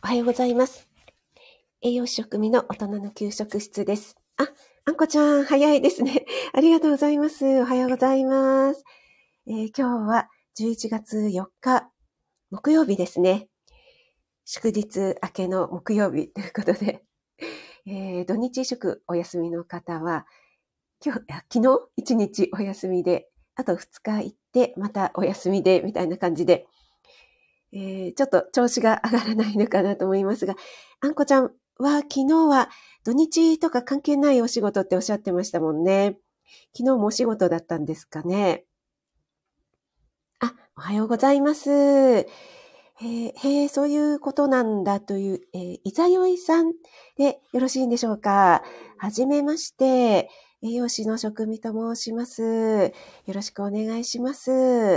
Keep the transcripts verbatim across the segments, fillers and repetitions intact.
おはようございます。栄養士食味の大人の給食室です。あ、あんこちゃん、早いですね。ありがとうございます。おはようございます。えー今日はじゅういちがつよっか、木曜日ですね。祝日明けの木曜日ということで、えー土日祝お休みの方は、今日、あ昨日いちにちお休みで、あとふつか行って、またお休みで、みたいな感じで、えーちょっと調子が上がらないのかなと思いますが、あんこちゃんは昨日は土日とか関係ないお仕事っておっしゃってましたもんね。昨日もお仕事だったんですかね。あ、おはようございます。えーへーそういうことなんだという、えーいざよいさんでよろしいんでしょうか。はじめまして、栄養士の食味と申します。よろしくお願いします。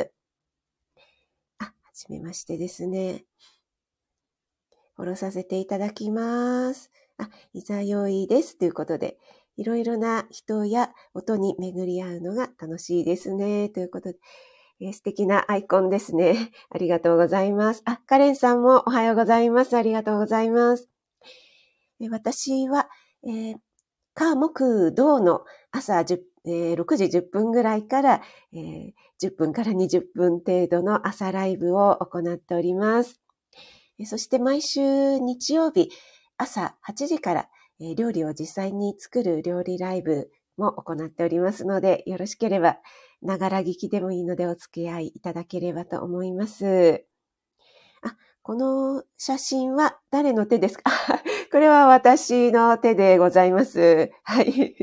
あ、はじめましてですね。フォローさせていただきます。あ、いざよいです。ということで、いろいろな人や音に巡り合うのが楽しいですね。ということで、えー素敵なアイコンですね。ありがとうございます。あ、カレンさんもおはようございます。ありがとうございます。えー私は、えー、火木土の朝じゅうえーろくじじゅっぷんぐらいから、えーじゅっぷんからにじゅっぷん程度の朝ライブを行っております。そして毎週日曜日朝はちじから料理を実際に作る料理ライブも行っておりますので、よろしければながら聞きでもいいのでお付き合いいただければと思います。あ、この写真は誰の手ですか？これは私の手でございます。はい。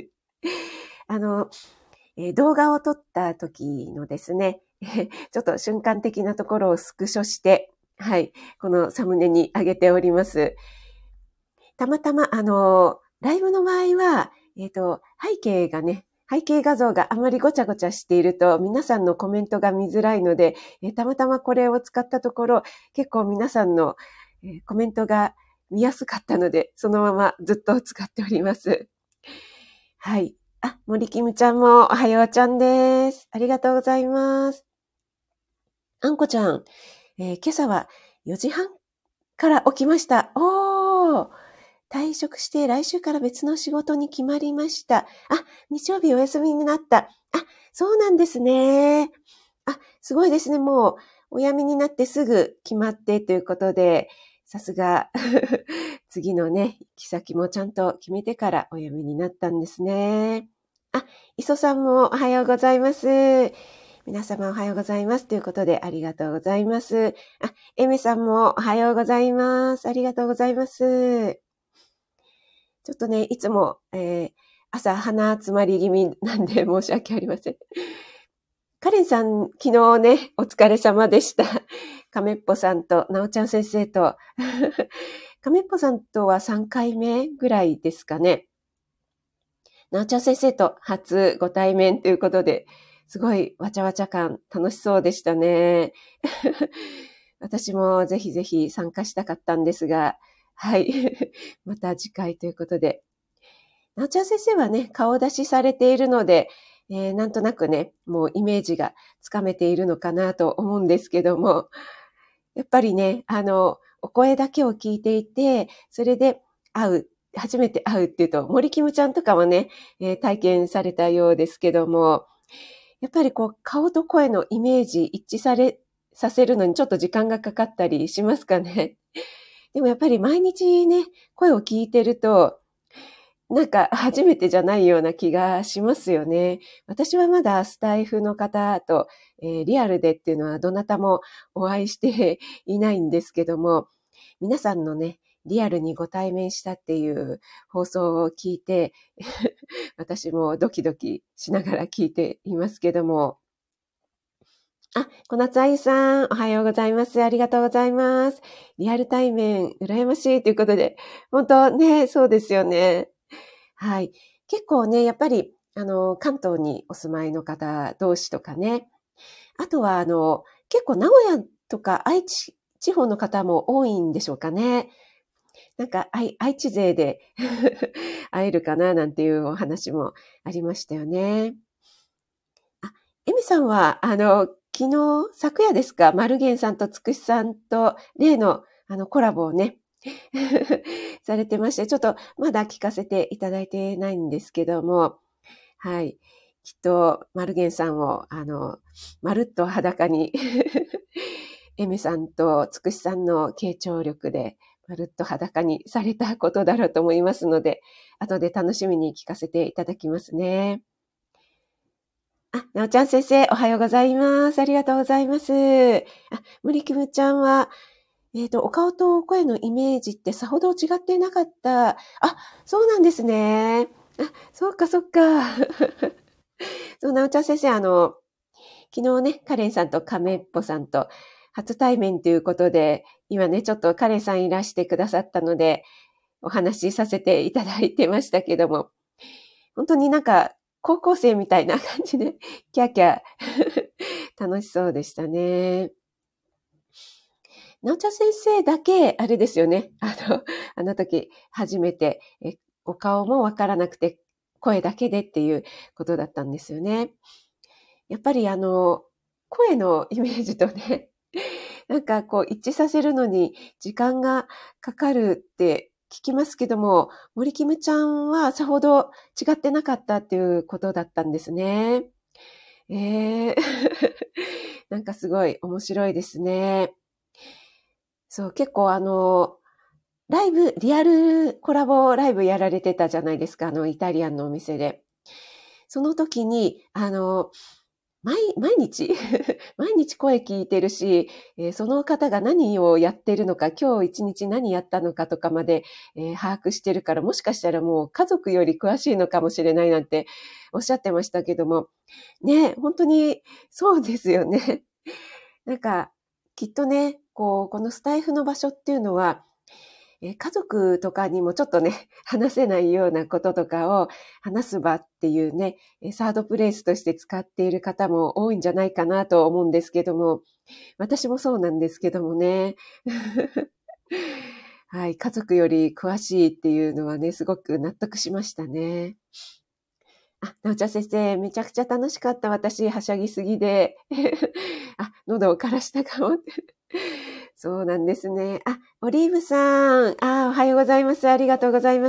あの、えー動画を撮った時のですね、ちょっと瞬間的なところをスクショして、はい、このサムネに上げております。たまたま、あの、ライブの場合は、えっと、背景がね、背景画像があまりごちゃごちゃしていると、皆さんのコメントが見づらいので、えーたまたまこれを使ったところ、結構皆さんの、えーコメントが見やすかったので、そのままずっと使っております。はい。あ、森キムちゃんもおはようちゃんです。ありがとうございます。あんこちゃん、えー今朝はよじはんから起きました。おー、退職して来週から別の仕事に決まりました。あ、日曜日お休みになった。あ、そうなんですね。あ、すごいですね。もうお辞めになってすぐ決まってということで、さすが次のね、行き先もちゃんと決めてからお辞めになったんですね。あ、磯さんもおはようございます。皆様おはようございます。ということでありがとうございます。あ、エメさんもおはようございます。ありがとうございます。ちょっとね、いつも、えー朝鼻詰まり気味なんで申し訳ありません。カレンさん、昨日ね、お疲れ様でした。カメッポさんと、なおちゃん先生と、カメッポさんとはさんかいめぐらいですかね。なおちゃん先生と初ご対面ということで、すごいわちゃわちゃ感楽しそうでしたね。私もぜひぜひ参加したかったんですが、はい。また次回ということで。なおちゃん先生はね、顔出しされているので、えーなんとなくね、もうイメージがつかめているのかなと思うんですけども、やっぱりね、あの、お声だけを聞いていて、それで会う、初めて会うっていうと、森キムちゃんとかはね、えー体験されたようですけども、やっぱりこう、顔と声のイメージ一致され、させるのにちょっと時間がかかったりしますかね。でもやっぱり毎日ね、声を聞いてると、なんか初めてじゃないような気がしますよね。私はまだスタイフの方と、えーリアルでっていうのはどなたもお会いしていないんですけども、皆さんのね、リアルにご対面したっていう放送を聞いて、私もドキドキしながら聞いていますけども、あ、小夏愛さん、おはようございます。ありがとうございます。リアル対面、羨ましいということで、本当ね、そうですよね。はい。結構ね、やっぱり、あの、関東にお住まいの方同士とかね。あとは、あの、結構名古屋とか愛知地方の方も多いんでしょうかね。なんか愛、愛知勢で会えるかななんていうお話もありましたよね。あ、エミさんは、あの、昨日、昨夜ですか、マルゲンさんとつくしさんと例の、あの、コラボをね、 されてまして、ちょっとまだ聞かせていただいてないんですけども、はい。きっと、マルゲンさんを、あの、まるっと裸に、エミさんとつくしさんの傾聴力で、まるっと裸にされたことだろうと思いますので、後で楽しみに聞かせていただきますね。あ、なおちゃん先生、おはようございます。ありがとうございます。あ、森キムちゃんは、えっと、お顔と声のイメージってさほど違っていなかった。あ、そうなんですね。あ、そうか、そっか。そう、なおちゃん先生、あの、昨日ね、カレンさんとカメッポさんと初対面ということで、今ね、ちょっとカレンさんいらしてくださったので、お話しさせていただいてましたけども、本当になんか、高校生みたいな感じで、キャーキャー楽しそうでしたね。なおちゃん先生だけ、あれですよね。あの、あの時、初めて、えお顔もわからなくて、声だけでっていうことだったんですよね。やっぱりあの、声のイメージとね、なんかこう一致させるのに時間がかかるって聞きますけども、森キムちゃんはさほど違ってなかったっていうことだったんですね。ええー、なんかすごい面白いですね。そう、結構あの、ライブ、リアルコラボライブやられてたじゃないですか、あの、イタリアンのお店で。その時に、あの、毎、毎日毎日声聞いてるし、えーその方が何をやってるのか、今日一日何やったのかとかまで、えー把握してるから、もしかしたらもう家族より詳しいのかもしれないなんておっしゃってましたけども、ね、本当にそうですよね。なんか、きっとね、こう、このスタイフの場所っていうのは、えー家族とかにもちょっとね、話せないようなこととかを話す場っていうね、えーサードプレイスとして使っている方も多いんじゃないかなと思うんですけども、私もそうなんですけどもね。はい、家族より詳しいっていうのはね、すごく納得しましたね。あ、なおちゃん先生、めちゃくちゃ楽しかった。私、はしゃぎすぎで。あ、喉を枯らしたかもって。そうなんですね。あ、オリーブさん。あ、おはようございます。ありがとうございます。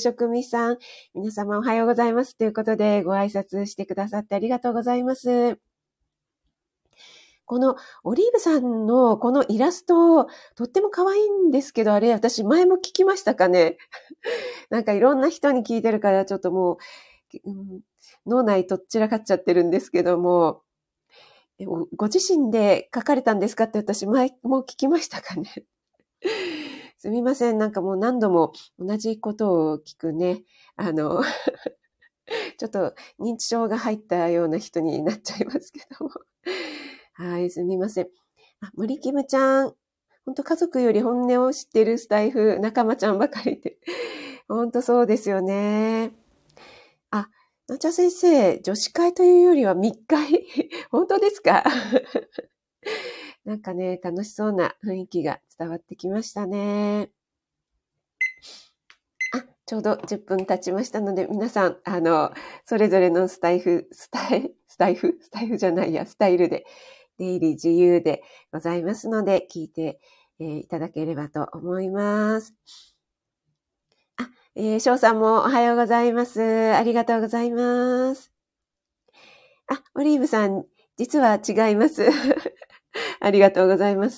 職味さん。皆様おはようございます。ということで、ご挨拶してくださってありがとうございます。このオリーブさんのこのイラスト、とっても可愛いんですけど、あれ、私前も聞きましたかね。なんかいろんな人に聞いてるから、ちょっともう、うん、脳内とっちらかっちゃってるんですけども、ご自身で書かれたんですかって私前も聞きましたかね。すみません。なんかもう何度も同じことを聞くね。あの、ちょっと認知症が入ったような人になっちゃいますけども。はい、すみません。あ、森キムちゃん。本当家族より本音を知ってるスタイフ仲間ちゃんばかりで。本当そうですよね。あ、なちゃ先生、女子会というよりは密会本当ですか？なんかね、楽しそうな雰囲気が伝わってきましたね。あ、ちょうどじゅっぷん経ちましたので、皆さん、あの、それぞれのスタイフ、スタイ、スタイフスタイフじゃないや、スタイルで、出入り自由でございますので、聞いて、えーいただければと思います。あ、えー、翔さんもおはようございます。ありがとうございます。あ、オリーブさん、実は違います。ありがとうございます。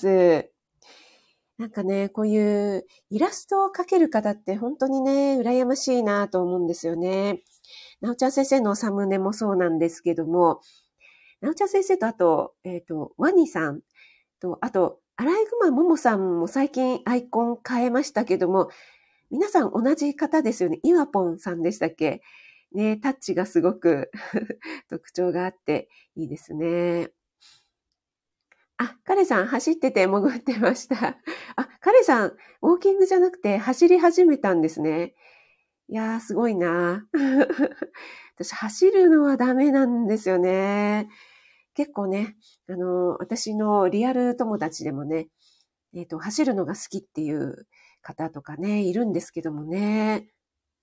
なんかね、こういうイラストを描ける方って本当にね、羨ましいなと思うんですよね。なおちゃん先生のサムネもそうなんですけども、なおちゃん先生とあと、えっ、と、ワニさんと、あと、アライグマももさんも最近アイコン変えましたけども、皆さん同じ方ですよね。イワポンさんでしたっけね、タッチがすごく特徴があっていいですね。あ、カレさん走ってて潜ってました。あ、カレさん、ウォーキングじゃなくて走り始めたんですね。いやー、すごいな。私、走るのはダメなんですよね。結構ね、あの、私のリアル友達でもね、えっと、走るのが好きっていう方とかね、いるんですけどもね。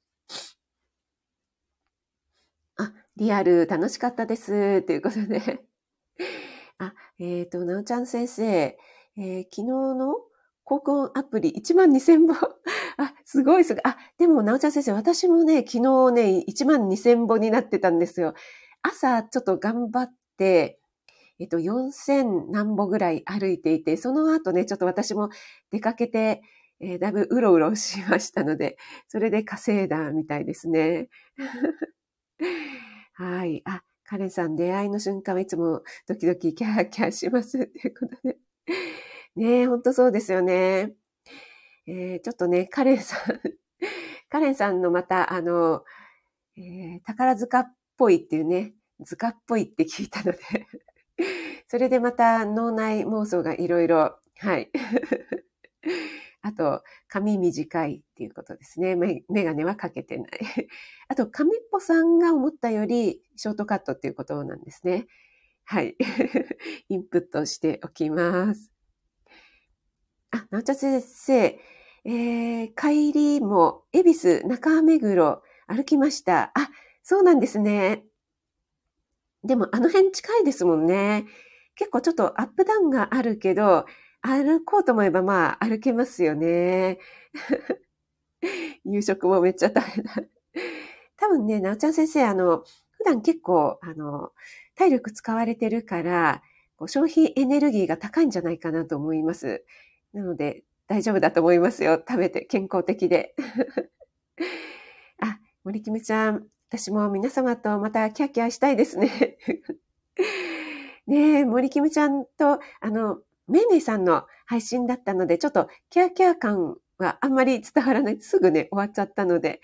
あ、リアル楽しかったです。ということで。あ、えっと、なおちゃん先生、えー昨日の交換アプリいちまんにせんぼん。あ、すごいすごい。あ、でも、なおちゃん先生、私もね、昨日ね、いちまんにせんぼになってたんですよ。朝、ちょっと頑張って、えっと、よんせん何歩ぐらい歩いていて、その後ね、ちょっと私も出かけて、えーだいぶうろうろしましたので、それで稼いだみたいですね。はい。あ、カレンさん、出会いの瞬間はいつもドキドキキャーキャーしますっていうことで。ねえ、ほんとそうですよね。えーちょっとね、カレンさん、カレンさんのまた、あの、えー宝塚っぽいっていうね、塚っぽいって聞いたので、それでまた脳内妄想がいろいろ、はい。あと、髪短いっていうことですね。メメガネはかけてない。あと、亀っぽさんが思ったよりショートカットっていうことなんですね。はい。インプットしておきます。あ、なおちゃん先生、えー、帰りも、恵比寿中目黒歩きました。あ、そうなんですね。でも、あの辺近いですもんね。結構ちょっとアップダウンがあるけど、歩こうと思えばまあ歩けますよね。夕食もめっちゃ大変だ。多分ね、なおちゃん先生、あの、普段結構、あの、体力使われてるから、こう消費エネルギーが高いんじゃないかなと思います。なので、大丈夫だと思いますよ。食べて健康的で。あ、森キムちゃん、私も皆様とまたキャッキャしたいですね。ねえ、森キムちゃんと、あの、めいめいさんの配信だったので、ちょっとキャーキャー感はあんまり伝わらない。すぐね、終わっちゃったので。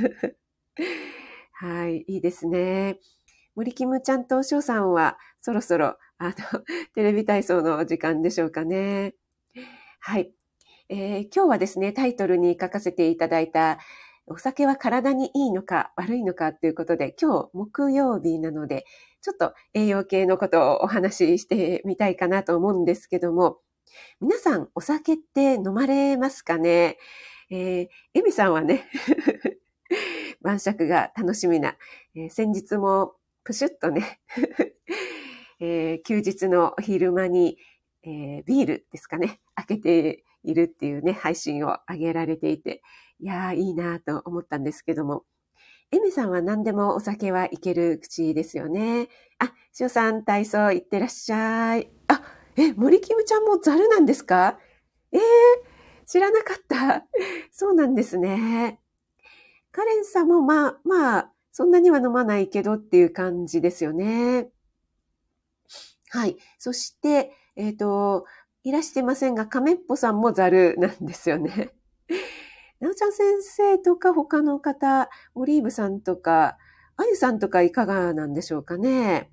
はい、いいですね。森キムちゃんとおしょうさんは、そろそろ、あの、テレビ体操のお時間でしょうかね。はい。えー今日はですね、タイトルに書かせていただいた、お酒は体にいいのか悪いのかということで、今日木曜日なので、ちょっと栄養系のことをお話ししてみたいかなと思うんですけども、皆さんお酒って飲まれますかね？えー、エミさんはね、晩酌が楽しみな、えー先日もプシュッとね、えー休日のお昼間に、えービールですかね、開けているっていうね、配信を上げられていて、いやー、いいなと思ったんですけども、エミさんは何でもお酒はいける口ですよね。あ、しおさん体操行ってらっしゃい。あ、え、森キムちゃんもザルなんですか？えー、知らなかった。そうなんですね。カレンさんもまあ、まあ、そんなには飲まないけどっていう感じですよね。はい。そして、えっと、いらしてませんが、亀っぽさんもザルなんですよね。なおちゃん先生とか他の方、オリーブさんとか、あゆさんとかいかがなんでしょうかね。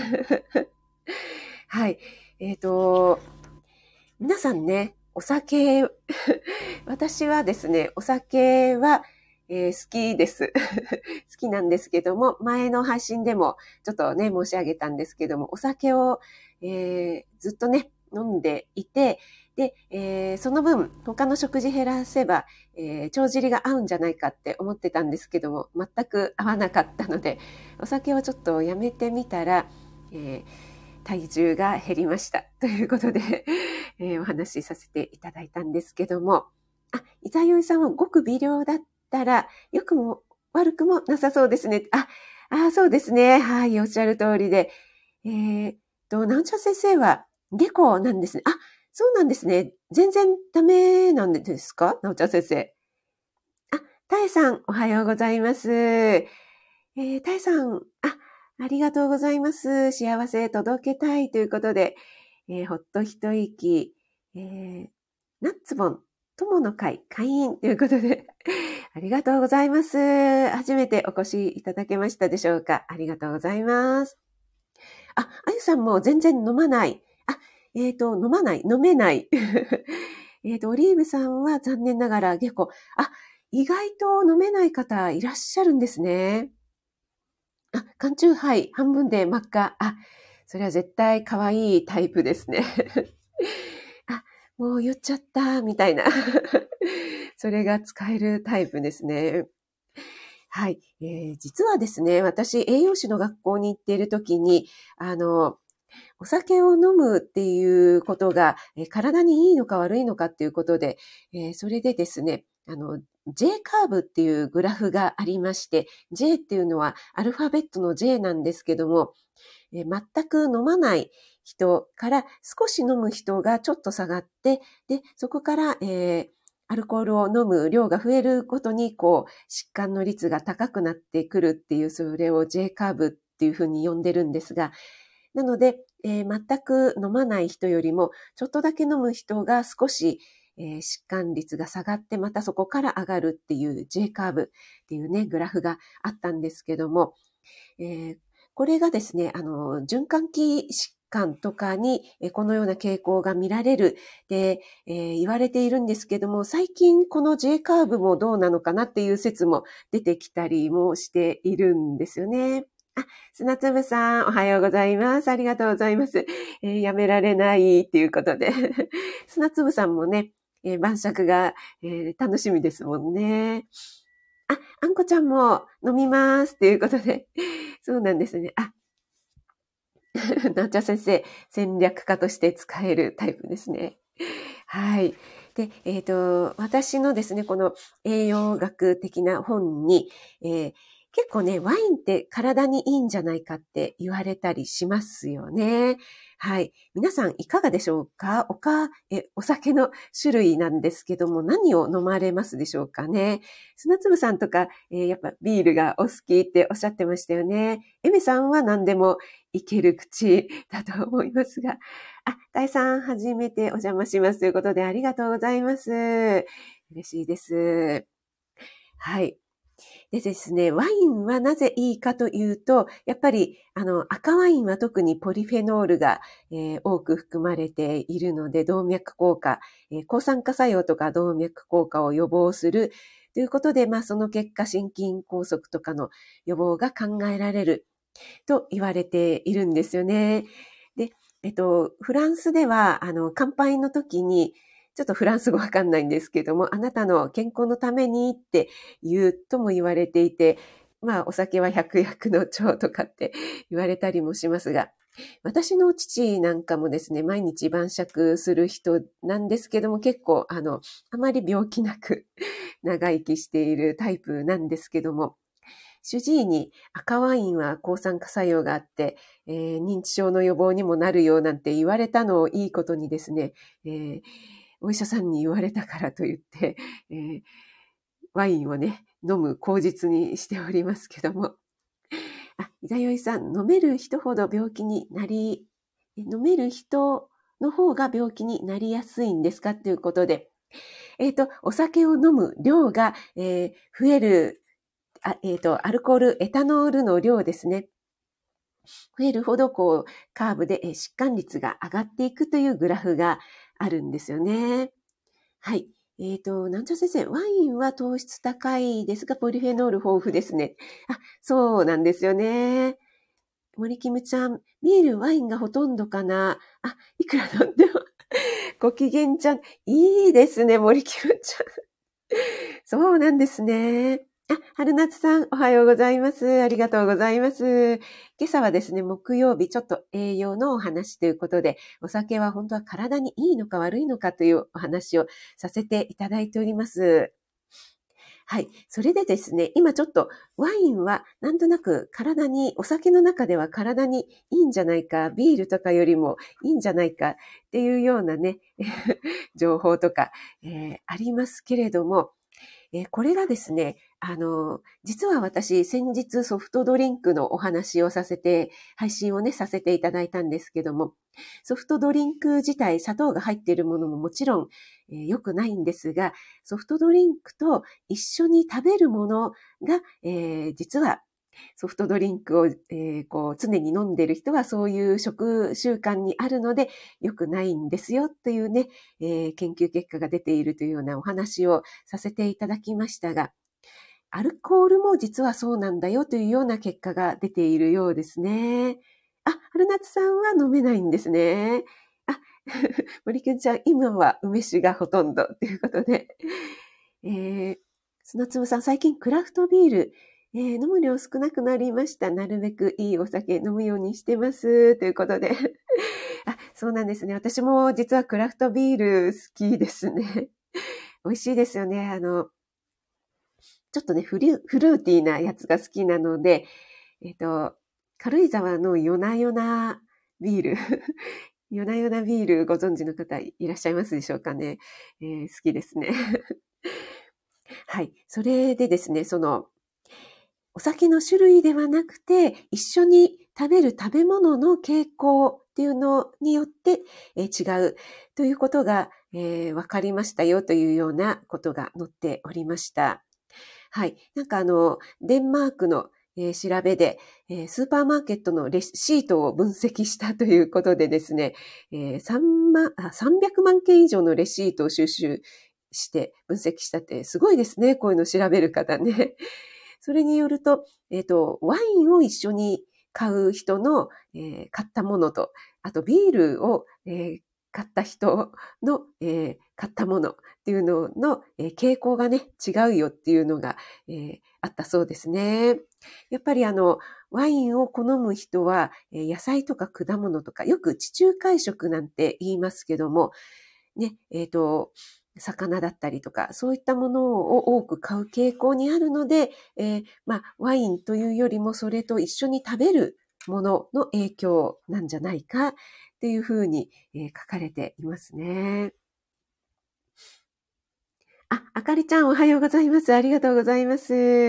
はい。えっと、皆さんね、お酒、私はですね、お酒は、えー好きです。好きなんですけども、前の配信でもちょっとね、申し上げたんですけども、お酒を、えーずっとね、飲んでいて、で、えーその分、他の食事減らせば、えー帳尻が合うんじゃないかって思ってたんですけども、全く合わなかったので、お酒をちょっとやめてみたら、えー体重が減りました。ということで、えーお話しさせていただいたんですけども、あ、伊沢よいさんはごく微量だったら、良くも悪くもなさそうですね。あ、あそうですね。はい、おっしゃる通りで。えーっと、南茶先生は下戸なんですね。あ、そうなんですね。全然ダメなんですか？南茶先生。あ、たえさん、おはようございます。えー、たえさん、あ、ありがとうございます。幸せ届けたいということで、えーほっと一息、えー、ナッツボン、友の会、会員ということで、ありがとうございます。初めてお越しいただけましたでしょうか？ありがとうございます。あ、あゆさんも全然飲まない。あ、えっと、飲まない、飲めない。えっと、オリーブさんは残念ながら結構、あ、意外と飲めない方いらっしゃるんですね。あ、缶チューハイ、半分で真っ赤。あ、それは絶対可愛いタイプですね。あ、もう言っちゃった、みたいな。それが使えるタイプですね。はい。えー実はですね、私、栄養士の学校に行っているときに、あの、 お酒を飲むっていうことが、えー体にいいのか悪いのかっていうことで、えーそれでですね、あの、J カーブっていうグラフがありまして、J っていうのはアルファベットの J なんですけども、えー全く飲まない人から少し飲む人がちょっと下がって、で、そこから、えーアルコールを飲む量が増えるごとに、こう、疾患の率が高くなってくるっていう、それを J カーブっていうふうに呼んでるんですが、なので、えー全く飲まない人よりも、ちょっとだけ飲む人が少し、えー疾患率が下がって、またそこから上がるっていう J カーブっていうね、グラフがあったんですけども、えーこれがですね、あの、循環器疾患とかに、えーこのような傾向が見られるで、えー言われているんですけども、最近この J カーブもどうなのかなっていう説も出てきたりもしているんですよね。あ、砂粒さん、おはようございます。ありがとうございます。えーやめられないっていうことで。砂粒さんもね、えー晩酌が、えー楽しみですもんね。あ、あんこちゃんも飲みますっていうことで。そうなんですね。あ、なっちゃん先生、戦略家として使えるタイプですね。はい。で、えっ、と、私のですね、この栄養学的な本に、えー結構ね、ワインって体にいいんじゃないかって言われたりしますよね。はい。皆さんいかがでしょうか？おか、え、お酒の種類なんですけども、何を飲まれますでしょうかね。砂粒さんとか、えーやっぱビールがお好きっておっしゃってましたよね。エメさんは何でもいける口だと思いますが、あ、大さん、初めてお邪魔しますということでありがとうございます。嬉しいです。はい。でですね、ワインはなぜいいかというと、やっぱり、あの、赤ワインは特にポリフェノールが、えー多く含まれているので、動脈硬化、えー抗酸化作用とか動脈硬化を予防するということで、まあ、その結果、心筋梗塞とかの予防が考えられると言われているんですよね。で、えっと、フランスでは、あの、乾杯の時に、ちょっとフランス語わかんないんですけども、あなたの健康のためにって言うとも言われていて、まあ、お酒は百薬の長とかって言われたりもしますが、私の父なんかもですね、毎日晩酌する人なんですけども、結構、あの、あまり病気なく長生きしているタイプなんですけども、主治医に赤ワインは抗酸化作用があって、えー認知症の予防にもなるよなんて言われたのをいいことにですね、えーお医者さんに言われたからと言って、えーワインをね、飲む口実にしておりますけども。あ、伊沢よいさん、飲める人ほど病気になり、飲める人の方が病気になりやすいんですかということで、えっ、と、お酒を飲む量が、えー増えるあえっ、と、アルコール、エタノールの量ですね。増えるほど、こう、カーブでえー疾患率が上がっていくというグラフがあるんですよね。はい。えっ、と、なんちゃ先生、ワインは糖質高いですが、ポリフェノール豊富ですね。あ、そうなんですよね。森キムちゃん、ビール、ワインがほとんどかな。あ、いくら飲んでも。ご機嫌ちゃん、いいですね、森キムちゃん。そうなんですね。あ、春夏さん、おはようございます。ありがとうございます。今朝はですね、木曜日、ちょっと栄養のお話ということで、お酒は本当は体にいいのか悪いのかというお話をさせていただいております。はい。それでですね、今ちょっとワインはなんとなく体に、お酒の中では体にいいんじゃないか、ビールとかよりもいいんじゃないかっていうようなね、情報とか、えーありますけれども、えーこれがですね、あの、実は私、先日ソフトドリンクのお話をさせて、配信をね、させていただいたんですけども、ソフトドリンク自体、砂糖が入っているものももちろん、えー良くないんですが、ソフトドリンクと一緒に食べるものが、えー実はソフトドリンクを、えーこう常に飲んでいる人はそういう食習慣にあるので良くないんですよというね、えー研究結果が出ているというようなお話をさせていただきましたが、アルコールも実はそうなんだよというような結果が出ているようですね。あ、春夏さんは飲めないんですね。あ、森くんちゃん、今は梅酒がほとんどということで。えー、砂粒さん、最近クラフトビールえー飲む量少なくなりました。なるべくいいお酒飲むようにしてます。ということで。あ、そうなんですね。私も実はクラフトビール好きですね。美味しいですよね。あの、ちょっとね、フル、フルーティーなやつが好きなので、えっと、軽井沢の夜な夜なビール。夜な夜なビールご存知の方いらっしゃいますでしょうかね。えー好きですね。はい。それでですね、その、お酒の種類ではなくて、一緒に食べる食べ物の傾向っていうのによって、えー違うということが、えー分かりましたよというようなことが載っておりました。はい。なんかあの、デンマークの、えー調べで、えースーパーマーケットのレシートを分析したということでですね、えー、さんまん、あ、さんびゃくまん件以上のレシートを収集して分析したってすごいですね。こういうの調べる方ね。それによると、えっと、ワインを一緒に買う人の、えー買ったものと、あとビールを、えー買った人の、えー買ったものっていうのの、えー傾向がね、違うよっていうのが、えーあったそうですね。やっぱりあの、ワインを好む人は、えー野菜とか果物とか、よく地中海食なんて言いますけども、ね、えっと、魚だったりとか、そういったものを多く買う傾向にあるので、えーまあ、ワインというよりもそれと一緒に食べるものの影響なんじゃないかっていうふうに、えー書かれていますね。あ、あかりちゃんおはようございます。ありがとうございます。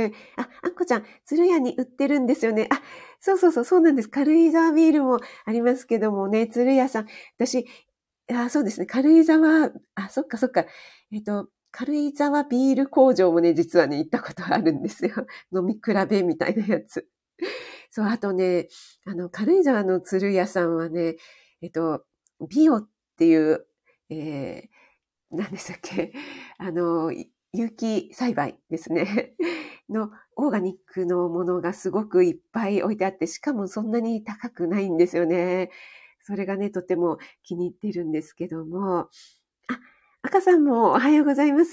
あ、あんこちゃん、鶴屋に売ってるんですよね。あ、そうそうそう、そうなんです。軽井沢ビールもありますけどもね、鶴屋さん。私、あ、そうですね。軽井沢、あ、そっかそっか。えっと、軽井沢ビール工場もね、実はね、行ったことあるんですよ。飲み比べみたいなやつ。そう、あとね、あの、軽井沢の鶴屋さんはね、えっと、ビオっていう、えー何でしたっけあの、有機栽培ですね。のオーガニックのものがすごくいっぱい置いてあって、しかもそんなに高くないんですよね。それがね、とても気に入ってるんですけども。あ、赤さんもおはようございます。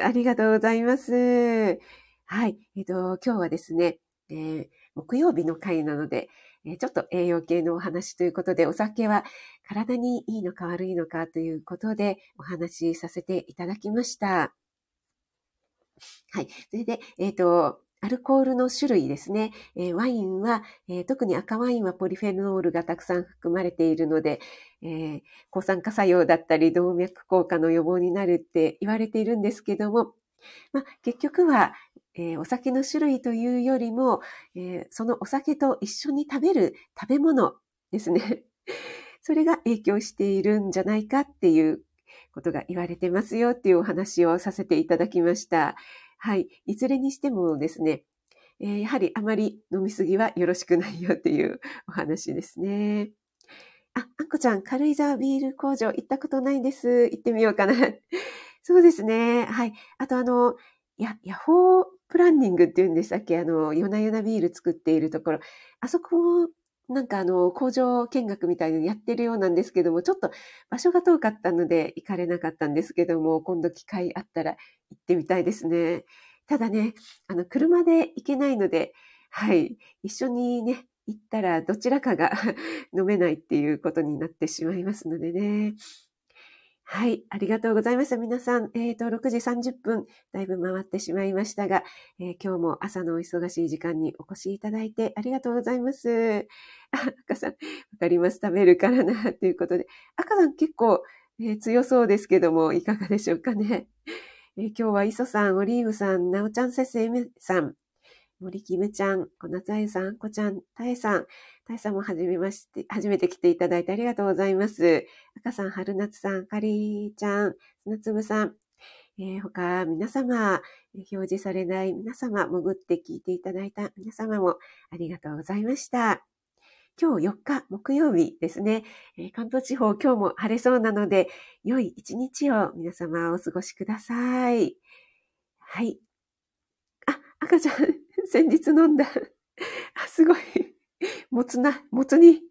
ありがとうございます。はい。えっと、今日はですね、えー木曜日の回なので、えーちょっと栄養系のお話ということで、お酒は体にいいのか悪いのかということでお話しさせていただきました。はい。それで、えっと、アルコールの種類ですね。えーワインは、えー特に赤ワインはポリフェノールがたくさん含まれているので、えー抗酸化作用だったり動脈硬化の予防になるって言われているんですけども、まあ、結局は、えーお酒の種類というよりも、えーそのお酒と一緒に食べる食べ物ですね。それが影響しているんじゃないかっていうことが言われてますよっていうお話をさせていただきました。はい。いずれにしてもですね、えーやはりあまり飲みすぎはよろしくないよっていうお話ですね。あ、あんこちゃん、軽井沢ビール工場行ったことないです。行ってみようかな。そうですね。はい。あとあの、や、ヤホープランニングっていうんでしたっけあの、夜な夜なビール作っているところ。あそこも、なんかあの、工場見学みたいにやってるようなんですけども、ちょっと場所が遠かったので行かれなかったんですけども、今度機会あったら行ってみたいですね。ただね、あの、車で行けないので、はい。一緒にね、行ったらどちらかが飲めないっていうことになってしまいますのでね。はい、ありがとうございました。皆さん、えっと、ろくじさんじゅっぷん、だいぶ回ってしまいましたが、えー今日も朝のお忙しい時間にお越しいただいてありがとうございます。あ、赤さん、わかります。食べるからな、ということで。赤さん結構、えー強そうですけども、いかがでしょうかね。えー今日は磯さん、オリーブさん、なおちゃん先生、めさん、森キムちゃん、小夏あゆさん、こちゃん、たえさん、たえさんもはじめまして、初めて来ていただいてありがとうございます。赤さん、春夏さん、かりーちゃん、砂粒さん、えー他、皆様、えー表示されない皆様、潜って聞いていただいた皆様もありがとうございました。今日よっか木曜日ですね。えー関東地方今日も晴れそうなので、良い一日を皆様お過ごしください。はい。あ、赤ちゃん、先日飲んだ。あ、すごい。もつな、もつ煮。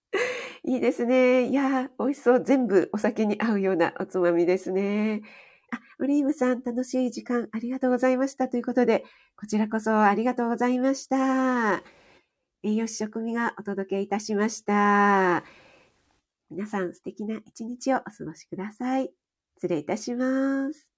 いいですね。いやー、美味しそう。全部お酒に合うようなおつまみですね。 あ、オリーブさん、楽しい時間ありがとうございました。ということで、こちらこそありがとうございました。栄養士食味がお届けいたしました。皆さん素敵な一日をお過ごしください。失礼いたします。